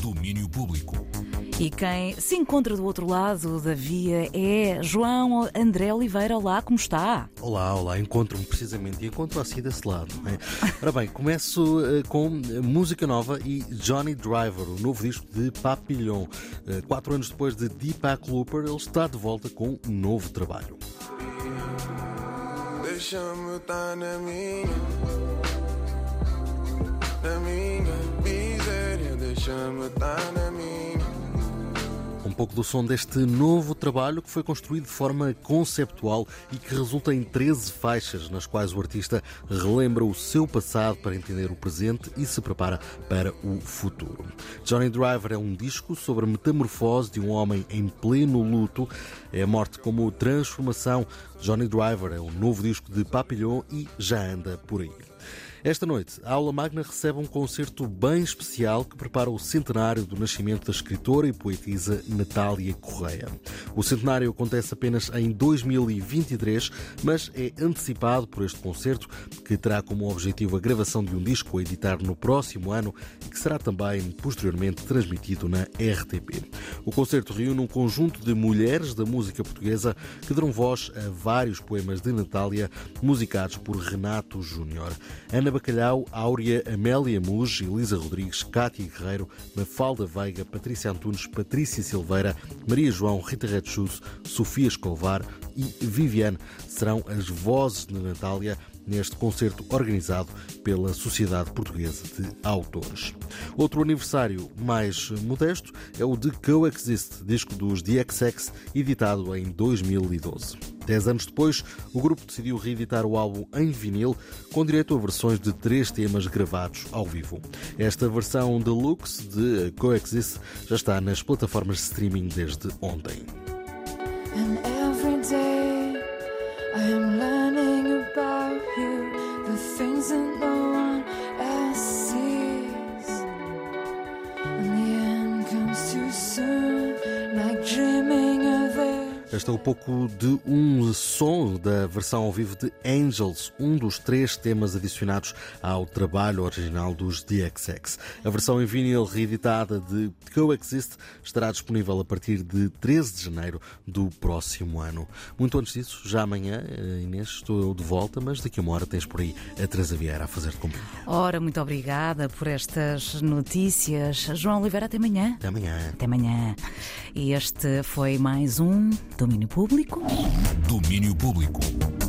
Domínio Público. E quem se encontra do outro lado da via é João André Oliveira. Olá, como está? Olá, encontro-me precisamente e encontro assim desse lado. Ora bem, começo com música nova e Johnny Driver, o novo disco de Papillon. 4 anos depois de Deepak Looper, ele está de volta com um novo trabalho. Deixa-me estar na minha miséria, deixa-me estar na minha. Um pouco do som deste novo trabalho que foi construído de forma conceptual e que resulta em 13 faixas nas quais o artista relembra o seu passado para entender o presente e se prepara para o futuro. Johnny Driver é um disco sobre a metamorfose de um homem em pleno luto. É a morte como transformação. Johnny Driver é um novo disco de Papillon e já anda por aí. Esta noite, a Aula Magna recebe um concerto bem especial que prepara o centenário do nascimento da escritora e poetisa Natália Correia. O centenário acontece apenas em 2023, mas é antecipado por este concerto, que terá como objetivo a gravação de um disco a editar no próximo ano e que será também posteriormente transmitido na RTP. O concerto reúne um conjunto de mulheres da música portuguesa que deram voz a vários poemas de Natália, musicados por Renato Júnior. Ana Bacalhau, Áurea, Amélia Muge, Elisa Rodrigues, Cátia Guerreiro, Mafalda Veiga, Patrícia Antunes, Patrícia Silveira, Maria João, Rita Redchus, Sofia Escovar e Viviane serão as vozes de Natália neste concerto organizado pela Sociedade Portuguesa de Autores. Outro aniversário mais modesto é o de Coexist, disco dos The XX, editado em 2012. 10 anos depois, o grupo decidiu reeditar o álbum em vinil, com direito a versões de 3 temas gravados ao vivo. Esta versão deluxe de Coexist já está nas plataformas de streaming desde ontem. And every day I am learning about you, the things that no one else sees. And the end comes too soon, like dreaming of it. Este é um pouco de um som da versão ao vivo de Angels, um dos 3 temas adicionados ao trabalho original dos The XX. A versão em vinil reeditada de Coexist estará disponível a partir de 13 de janeiro do próximo ano. Muito antes disso, já amanhã, Inês, estou eu de volta, mas daqui a uma hora tens por aí a Teresa Vieira a fazer-te companhia. Ora, muito obrigada por estas notícias. João Oliveira, até amanhã. Até amanhã. Até amanhã. E este foi mais um Domínio Público. Domínio Público.